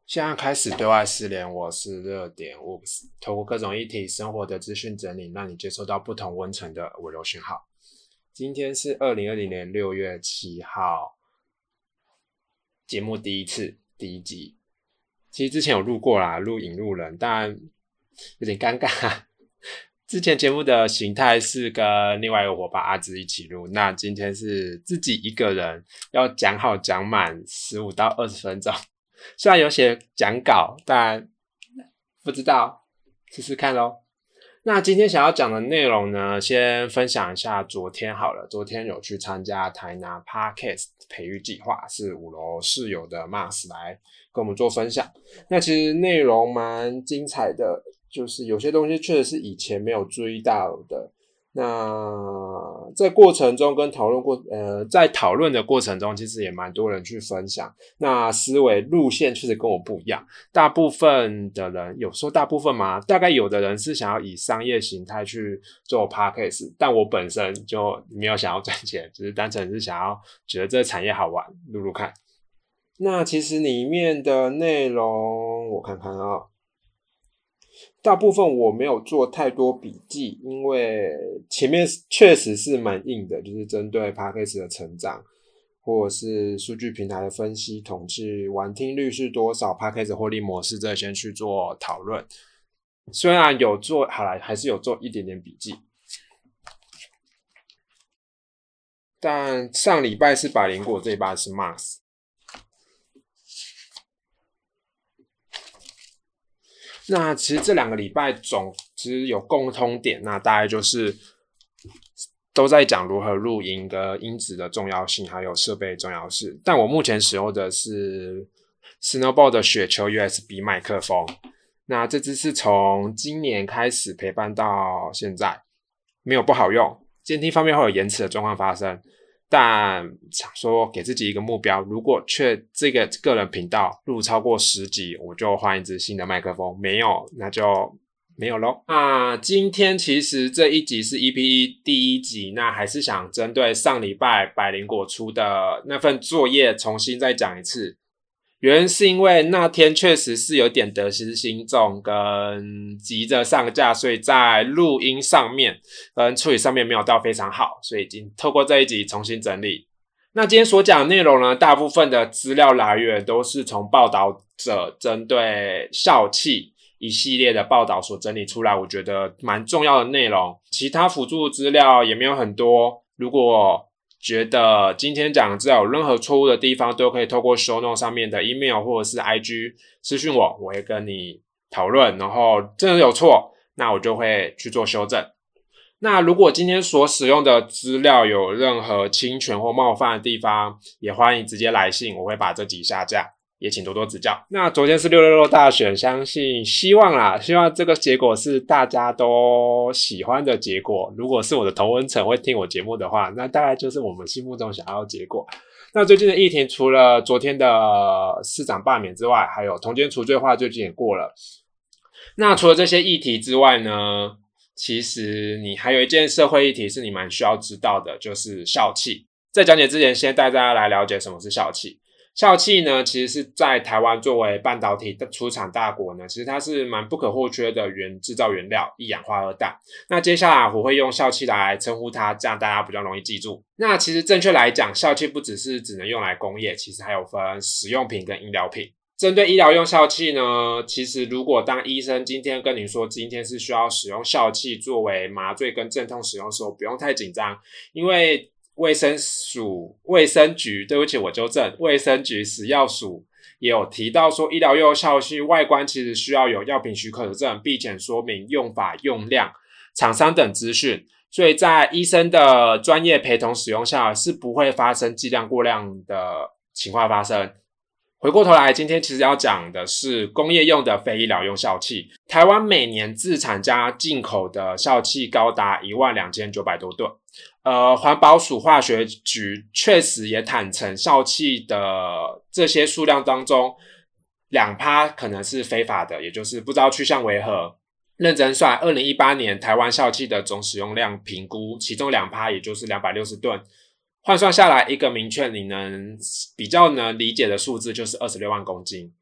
现在开始对外失联，我是热点 Woods，透过各种议题、生活的资讯整理，让你接收到不同温层的微流讯号。今天是2020年6月7号，节目第一集。其实之前有录过啦，录引路人，但有点尴尬。之前节目的形态是跟另外一个伙伴阿芝一起录，那今天是自己一个人，要讲好讲满15到20分钟。虽然有写讲稿，但不知道，试试看咯。那今天想要讲的内容呢，先分享一下昨天好了。昨天有去参加台南 Podcast 培育计划，是5楼室友的 Mars 来跟我们做分享。那其实内容蛮精彩的，就是有些东西确实是以前没有注意到的。那在过程中跟在讨论的过程中，其实也蛮多人去分享。那思维路线确实跟我不一样。大部分的人，有说大部分吗？大概有的人是想要以商业形态去做 podcast， 但我本身就没有想要赚钱，只是单纯是想要觉得这个产业好玩，录录看。那其实里面的内容我看看啊。大部分我没有做太多笔记，因为前面确实是蛮硬的，就是针对 Podcast 的成长，或者是数据平台的分析、统计、完听率是多少、Podcast 获利模式，这先去做讨论。虽然有做，好啦，还是有做一点点笔记。但上礼拜是百灵果，这一拜是 Mars。那其实这2个礼拜其实有共通点，那大概就是都在讲如何录音跟音质的重要性，还有设备重要性。但我目前使用的是 Snowball 的雪球 USB 麦克风，那这支是从今年开始陪伴到现在，没有不好用，监听方面会有延迟的状况发生。但想说给自己一个目标，如果这个个人频道录超过10集，我就换一支新的麦克风，没有那就没有咯。那今天其实这一集是 EP1 第1集，那还是想针对上礼拜百灵果出的那份作业重新再讲一次。原因是因为那天确实是有点得失心重跟急着上架，所以在录音上面跟处理上面没有到非常好，所以已经透过这一集重新整理。那今天所讲的内容呢，大部分的资料来源都是从报道者针对笑气一系列的报道所整理出来，我觉得蛮重要的内容。其他辅助资料也没有很多，如果觉得今天讲的资料有任何错误的地方，都可以透过 show note 上面的 email 或者是 IG 私讯我会跟你讨论，然后真的有错，那我就会去做修正。那如果今天所使用的资料有任何侵权或冒犯的地方，也欢迎直接来信，我会把这集下架，也请多多指教。那昨天是666大选，希望这个结果是大家都喜欢的结果。如果是我的同温层会听我节目的话，那大概就是我们心目中想要的结果。那最近的议题除了昨天的市长罢免之外，还有同监除罪化最近也过了。那除了这些议题之外呢，其实你还有一件社会议题是你蛮需要知道的，就是笑气。在讲解之前，先带大家来了解什么是笑气。笑气呢，其实是在台湾作为半导体的出产大国呢，其实它是蛮不可或缺的制造原料，一氧化二氮。那接下来我会用笑气来称呼它，这样大家比较容易记住。那其实正确来讲，笑气不只能用来工业，其实还有分食用品跟医疗品。针对医疗用笑气呢，其实如果当医生今天跟你说今天是需要使用笑气作为麻醉跟镇痛使用的时候，不用太紧张，因为卫生局，对不起，我纠正，卫生局食药署也有提到说，医疗用笑气外观其实需要有药品许可的证，并且说明用法、用量、厂商等资讯，所以在医生的专业陪同使用下，是不会发生剂量过量的情况发生。回过头来，今天其实要讲的是工业用的非医疗用笑气。台湾每年自产加进口的笑气高达12900多吨。环保署化学局确实也坦诚，笑气的这些数量当中，2%可能是非法的，也就是不知道去向为何。认真算，2018年台湾笑气的总使用量评估，其中2%也就是260吨。换算下来，一个明确你比较能理解的数字就是26万公斤。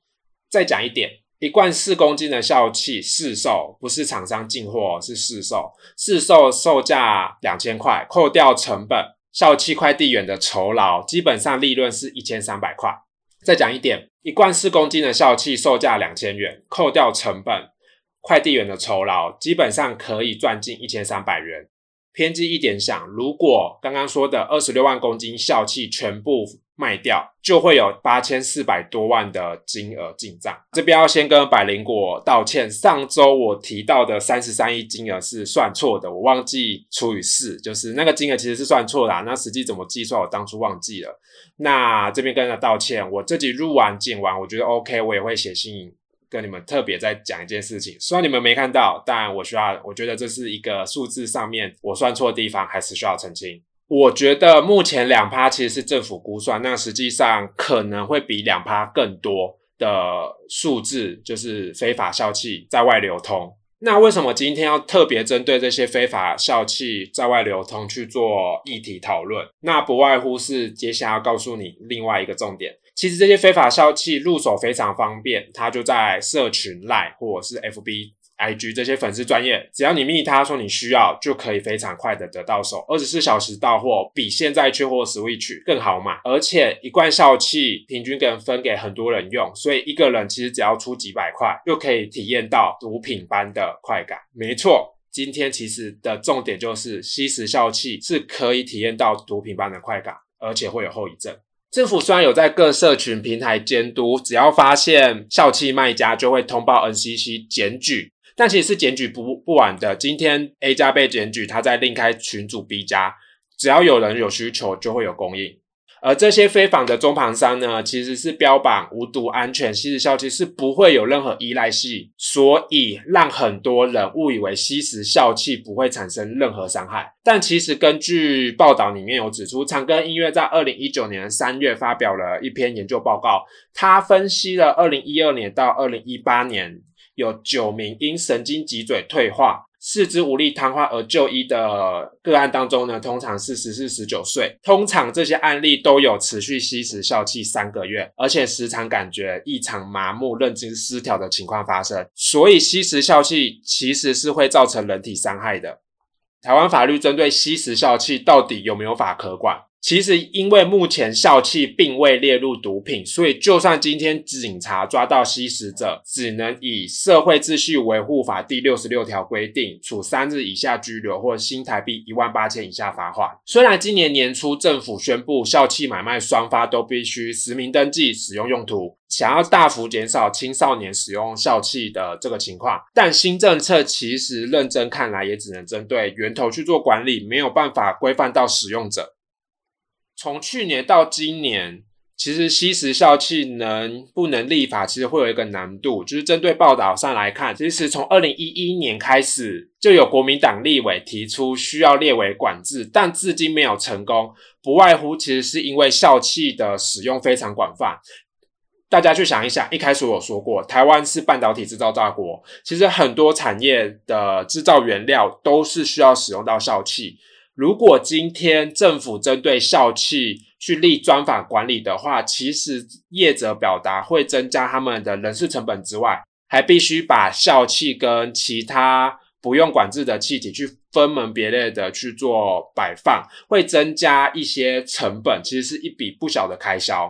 再讲一点，一罐4公斤的笑气市售，不是厂商进货，是市售，市售售价2000块，扣掉成本，笑气快递员的酬劳基本上利润是1300块。再讲一点，一罐4公斤的笑气售价2000元，扣掉成本，快递员的酬劳基本上可以赚进1300元。偏激一点想，如果刚刚说的26万公斤笑气全部卖掉，就会有8400多万的金额进账。这边要先跟百灵果道歉，上周我提到的33亿金额是算错的，我忘记除以4，就是那个金额其实是算错啦，那实际怎么计算我当初忘记了。那这边跟他道歉，我这集录完剪完我觉得 OK， 我也会写信跟你们特别再讲一件事情，虽然你们没看到，但我觉得这是一个数字上面我算错的地方，还是需要澄清。我觉得目前 2% 其实是政府估算，那实际上可能会比 2% 更多的数字，就是非法笑气在外流通。那为什么今天要特别针对这些非法笑气在外流通去做议题讨论？那不外乎是接下来要告诉你另外一个重点。其实这些非法笑气入手非常方便，它就在社群 LINE 或者是 FB、IG 这些粉丝专页，只要你密他说你需要，就可以非常快的得到手，24小时到货，比现在缺货 Switch 更好买。而且一罐笑气平均分给很多人用，所以一个人其实只要出几百块，就可以体验到毒品般的快感。没错，今天其实的重点就是吸食笑气是可以体验到毒品般的快感，而且会有后遗症。政府虽然有在各社群平台监督，只要发现笑气卖家就会通报 NCC 检举，但其实是检举不完的。今天 A 家被检举，他再另开群组 B 家，只要有人有需求就会有供应。而这些非法的中旁商呢，其实是标榜无毒安全，吸食笑气是不会有任何依赖性，所以让很多人误以为吸食笑气不会产生任何伤害。但其实根据报道里面有指出，长庚医院在2019年3月发表了一篇研究报告，他分析了2012年到2018年有9名因神经脊椎退化、四肢无力瘫痪而就医的个案当中呢，通常是14、19岁。通常这些案例都有持续吸食笑气3个月，而且时常感觉异常麻木、认知失调的情况发生。所以吸食笑气其实是会造成人体伤害的。台湾法律针对吸食笑气到底有没有法可管？其实因为目前笑气并未列入毒品，所以就算今天警察抓到吸食者，只能以社会秩序维护法第66条规定，处3日以下拘留或新台币18000以下罚款。虽然今年年初政府宣布笑气买卖双方都必须实名登记使用用途，想要大幅减少青少年使用笑气的这个情况，但新政策其实认真看来也只能针对源头去做管理，没有办法规范到使用者。从去年到今年，其实吸食笑气能不能立法其实会有一个难度，就是针对报道上来看，其实从2011年开始就有国民党立委提出需要列为管制，但至今没有成功，不外乎其实是因为笑气的使用非常广泛。大家去想一想，一开始我说过，台湾是半导体制造大国，其实很多产业的制造原料都是需要使用到笑气。如果今天政府针对笑气去立专法管理的话，其实业者表达会增加他们的人事成本之外，还必须把笑气跟其他不用管制的气体去分门别类的去做摆放，会增加一些成本，其实是一笔不小的开销。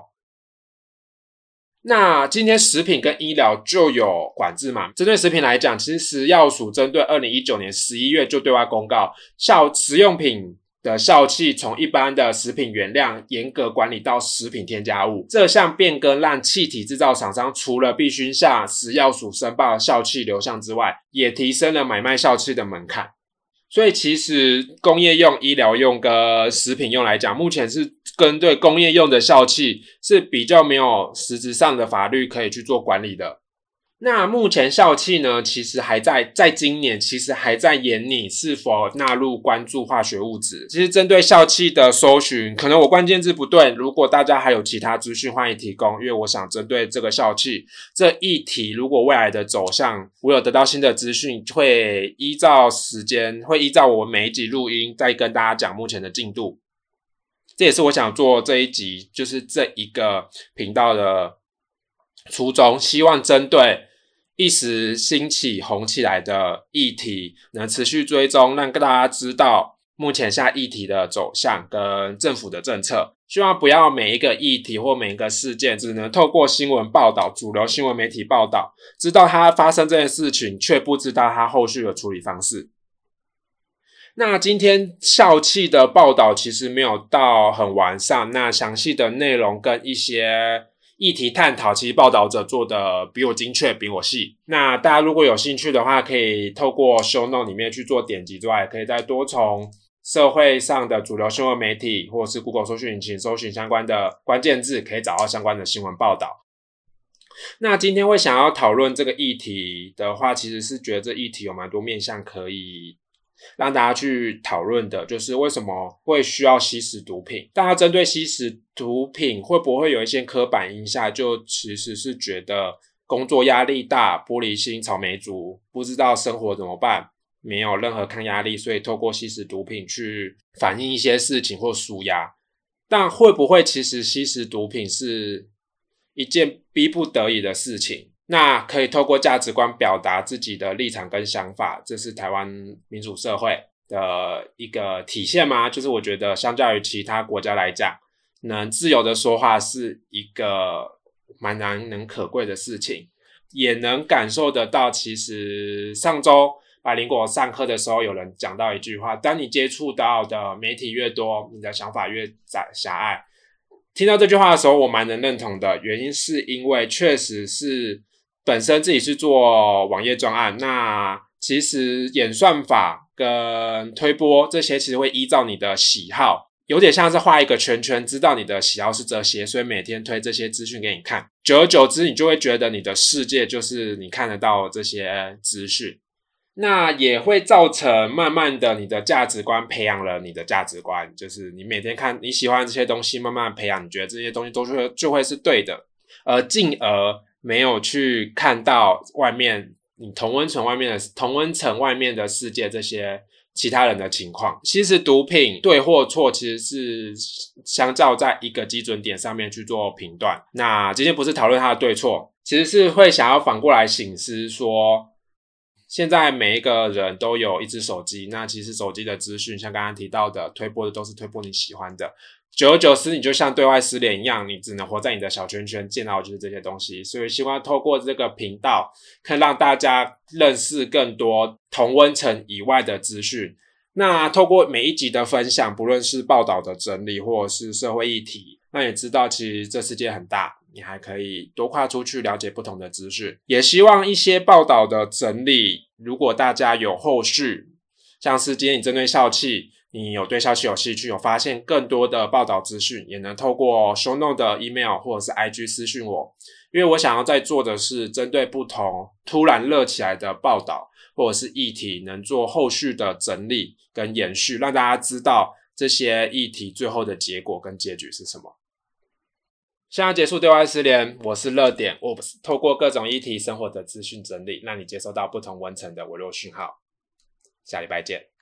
那今天食品跟医疗就有管制嘛？针对食品来讲，其实食药署针对2019年11月就对外公告，食用品的笑气从一般的食品原料严格管理到食品添加物。这项变更让气体制造厂商除了必须向食药署申报笑气流向之外，也提升了买卖笑气的门槛。所以其实工业用、医疗用跟食品用来讲，目前是针对工业用的笑气是比较没有实质上的法律可以去做管理的。那目前笑气呢，其实还在今年其实还在研拟是否纳入关注化学物质。其实针对笑气的搜寻，可能我关键字不对，如果大家还有其他资讯欢迎提供，因为我想针对这个笑气这议题，如果未来的走向我有得到新的资讯，会依照我每一集录音再跟大家讲目前的进度。这也是我想做这一集就是这一个频道的初衷，希望针对一时兴起红起来的议题能持续追踪，让大家知道目前下议题的走向跟政府的政策，希望不要每一个议题或每一个事件只能透过新闻报道，主流新闻媒体报道，知道它发生这件事情，却不知道它后续的处理方式。那今天校企的报道其实没有到很完善，那详细的内容跟一些议题探讨，其实报道者做的比我精确，比我细。那大家如果有兴趣的话，可以透过 show note 里面去做点击之外，可以再多从社会上的主流新闻媒体或是 Google 搜寻引擎搜寻相关的关键字，可以找到相关的新闻报道。那今天会想要讨论这个议题的话，其实是觉得这议题有蛮多面向可以让大家去讨论的，就是为什么会需要吸食毒品。大家针对吸食毒品会不会有一些刻板印象，就其实是觉得工作压力大，玻璃心，草莓族，不知道生活怎么办，没有任何抗压力，所以透过吸食毒品去反映一些事情或抒压。但会不会其实吸食毒品是一件逼不得已的事情，那可以透过价值观表达自己的立场跟想法，这是台湾民主社会的一个体现吗？就是我觉得相较于其他国家来讲，能自由的说话是一个蛮难能可贵的事情，也能感受得到。其实上周百灵果上课的时候，有人讲到一句话，当你接触到的媒体越多，你的想法越狭隘。听到这句话的时候，我蛮能认同的，原因是因为确实是本身自己是做网页专案，那其实演算法跟推播这些其实会依照你的喜好，有点像是画一个圈圈，知道你的喜好是这些，所以每天推这些资讯给你看，久而久之你就会觉得你的世界就是你看得到这些资讯，那也会造成慢慢的你的价值观培养了你的价值观，就是你每天看你喜欢这些东西，慢慢培养，你觉得这些东西就会是对的，进而没有去看到外面你同温层外面的世界，这些其他人的情况。其实毒品对或错其实是相较在一个基准点上面去做评断，那今天不是讨论它的对错，其实是会想要反过来省思说，现在每一个人都有一只手机，那其实手机的资讯像刚刚提到的推播的都是推播你喜欢的，久而久之你就像对外失联一样，你只能活在你的小圈圈，见到的就是这些东西。所以希望透过这个频道可以让大家认识更多同温层以外的资讯，那透过每一集的分享，不论是报道的整理或者是社会议题，那也知道其实这世界很大，你还可以多跨出去了解不同的资讯。也希望一些报道的整理，如果大家有后续，像是今天你针对校企，你有对校企有兴趣，有发现更多的报道资讯，也能透过 show note 的 email 或者是 IG 私讯我，因为我想要在做的是针对不同突然热起来的报道或者是议题，能做后续的整理跟延续，让大家知道这些议题最后的结果跟结局是什么。现在结束对外失联，我是热点 Oops， 透过各种议题生活的资讯整理，让你接收到不同温层的微弱讯号。下礼拜见。